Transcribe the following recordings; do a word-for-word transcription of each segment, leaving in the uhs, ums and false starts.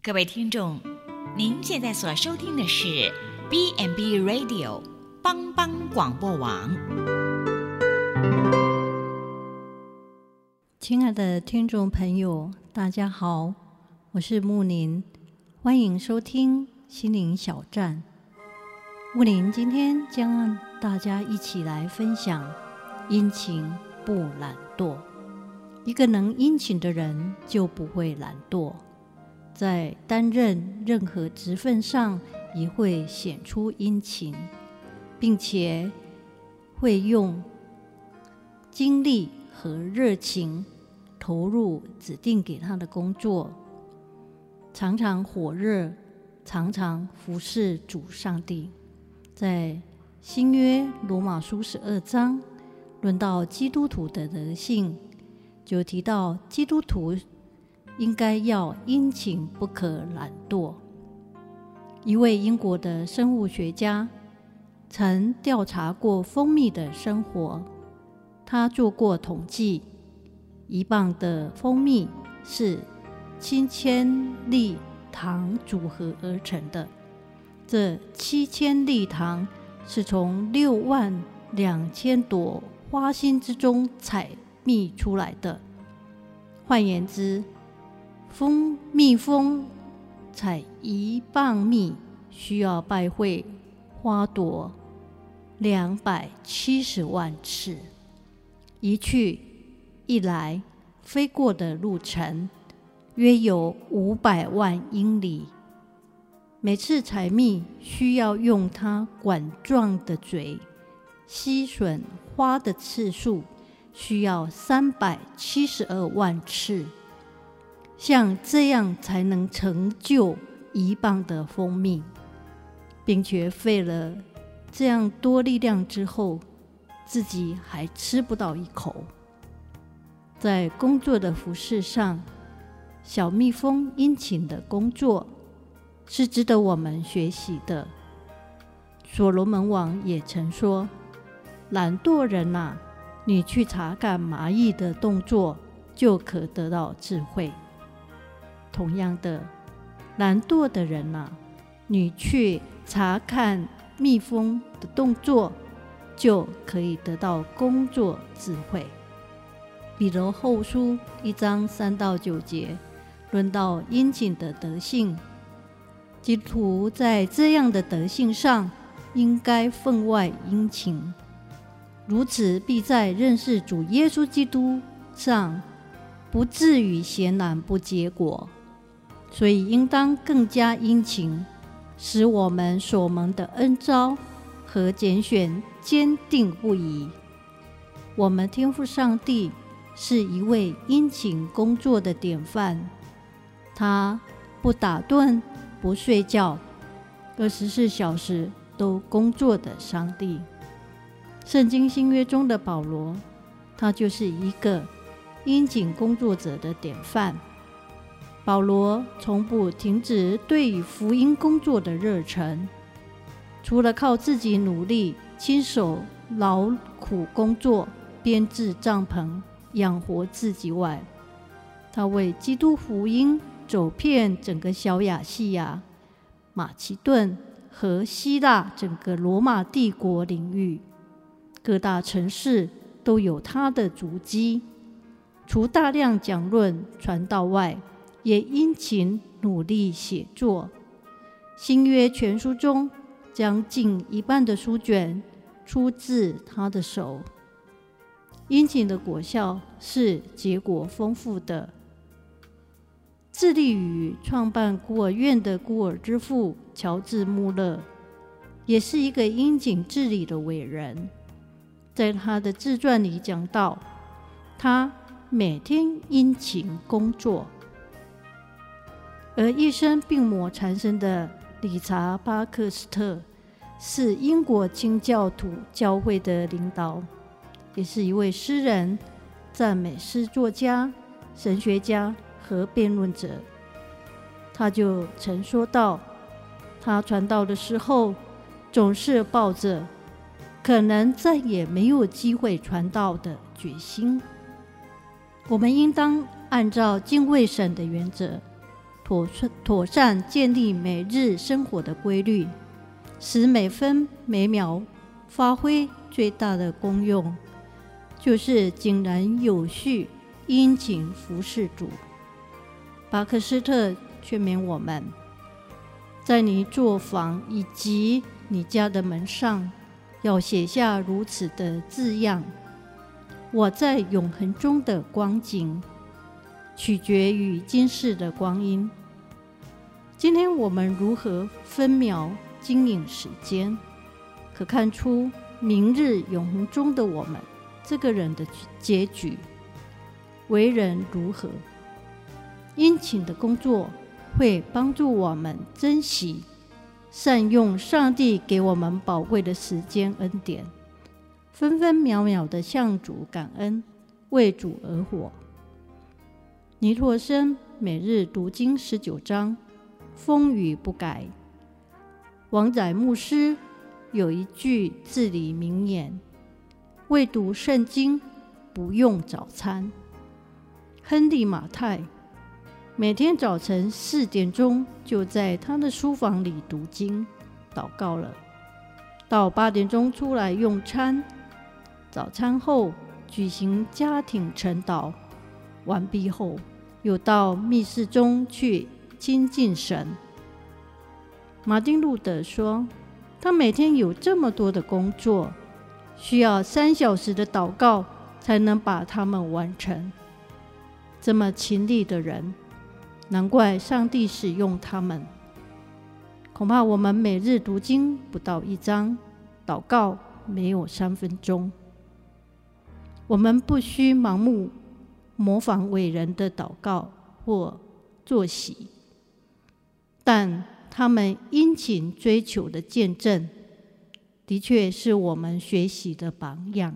各位听众，您现在所收听的是 B and B Radio 帮帮广播网。 亲爱的听众朋友，大家好，我是木林，欢迎收听心灵小站。木林今天将让大家一起来分享殷勤不懒惰。一个能殷勤的人就不会懒惰，在担任任何职分上也会显出殷勤，并且会用精力和热情投入指定给他的工作，常常火热，常常服侍主上帝。在新约罗马书十二章论到基督徒的德性，就提到基督徒应该要殷勤，不可懒惰。一位英国的生物学家曾调查过蜂蜜的生活，他做过统计，一磅的蜂蜜是七千粒糖组合而成的，这七千粒糖是从六万两千朵花心之中采蜜出来的。换言之，蜂蜜蜂采一磅蜜需要拜会花朵两百七十万次，一去一来飞过的路程约有五百万英里。每次采蜜需要用它管状的嘴吸吮花的次数需要三百七十二万次，像这样才能成就一磅的蜂蜜，并且费了这样多力量之后，自己还吃不到一口。在工作的服事上，小蜜蜂殷勤的工作是值得我们学习的。所罗门王也曾说，懒惰人啊，你去查看蚂蚁的动作，就可得到智慧。同样的，懒惰的人啊，你去查看蜜蜂的动作，就可以得到工作智慧。彼得后书一章三到九节论到殷勤的德性，基督徒在这样的德性上应该分外殷勤，如此必在认识主耶稣基督上不至于闲懒不结果。所以应当更加殷勤，使我们所蒙的恩召和拣选坚定不移。我们天父上帝是一位殷勤工作的典范，他不打盹不睡觉，二十四小时都工作的上帝。圣经新约中的保罗，他就是一个殷勤工作者的典范。保罗从不停止对于福音工作的热忱，除了靠自己努力亲手劳苦工作编制帐篷养活自己外，他为基督福音走遍整个小亚细亚、马其顿和希腊整个罗马帝国领域，各大城市都有他的足迹。除大量讲论传道外，也殷勤努力写作。新约全书中将近一半的书卷出自他的手。殷勤的果效是结果丰富的。致力于创办孤儿院的孤儿之父乔治·穆勒也是一个殷勤治理的伟人。在他的自传里讲到，他每天殷勤工作。而一生病魔缠身的理查·巴克斯特是英国清教徒教会的领导，也是一位诗人、赞美诗作家、神学家和辩论者。他就曾说道，他传道的时候总是抱着可能再也没有机会传道的决心。我们应当按照敬畏神的原则， 妥妥善建立每日生活的规律，使每分每秒发挥最大的功用，就是井然有序殷勤服事主。巴克斯特劝勉我们，在你作坊以及你家的门上要写下如此的字样：我在永恒中的光景，取决于今世的光阴。今天我们如何分秒经营时间，可看出明日永恒中的我们这个人的结局，为人如何。殷勤的工作会帮助我们珍惜善用上帝给我们宝贵的时间恩典，分分秒秒的向主感恩，为主而活。尼陀生每日读经十九章，风雨不改。王载牧师有一句至理名言：为读圣经不用早餐。亨利马太每天早晨四点钟就在他的书房里读经祷告了，到八点钟出来用餐，早餐后举行家庭晨祷，完毕后又到密室中去亲近神。马丁路德说，他每天有这么多的工作，需要三小时的祷告才能把它们完成。这么勤力的人，难怪上帝使用他们。恐怕我们每日读经不到一章，祷告没有三分钟。我们不需盲目模仿伟人的祷告或作息，但他们殷勤追求的见证，的确是我们学习的榜样。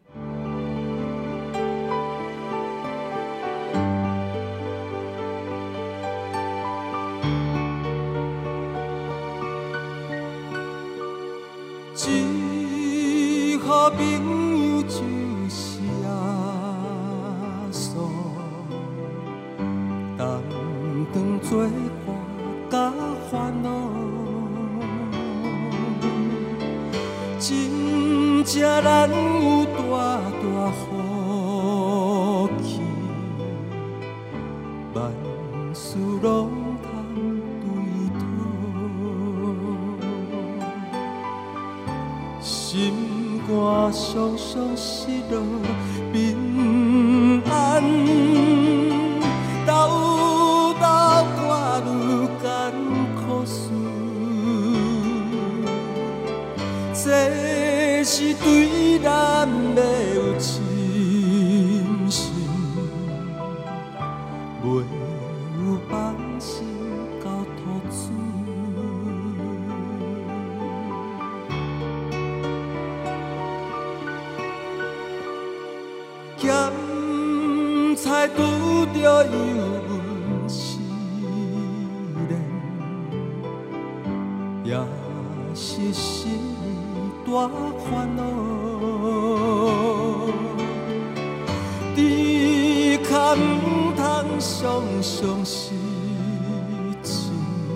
一好朋友就是耶稣，同当作伴甲烦恼，真正咱有大大福气，万事拢通对讨。心肝常常失落平安，斗斗挂愈艰苦事，这是对咱要有信心，袂有放心到吐水。咸菜拄着油温试炼，也是心大烦恼。只可唔通常常失志，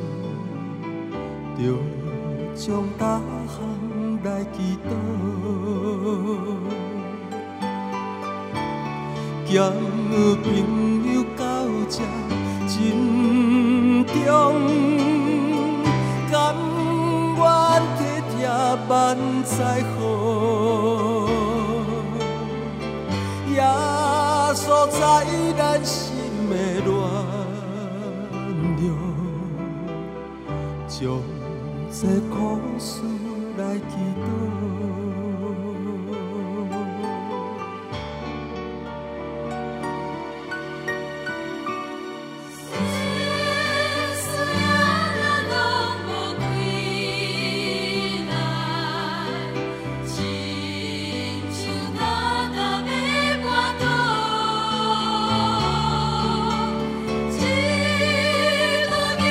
着将大项来祈祷。咸朋友到这真重，甘愿体贴万载好，耶稣在咱心的软弱，将这苦事来祈祷。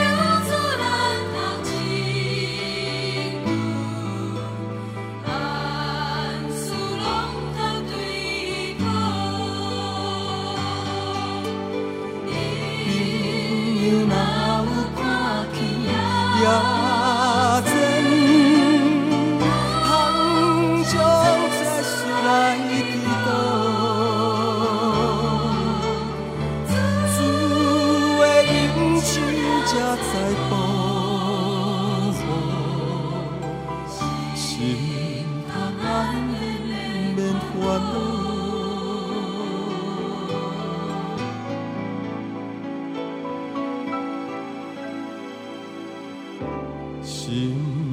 啊情才在保护，心通安免烦恼。心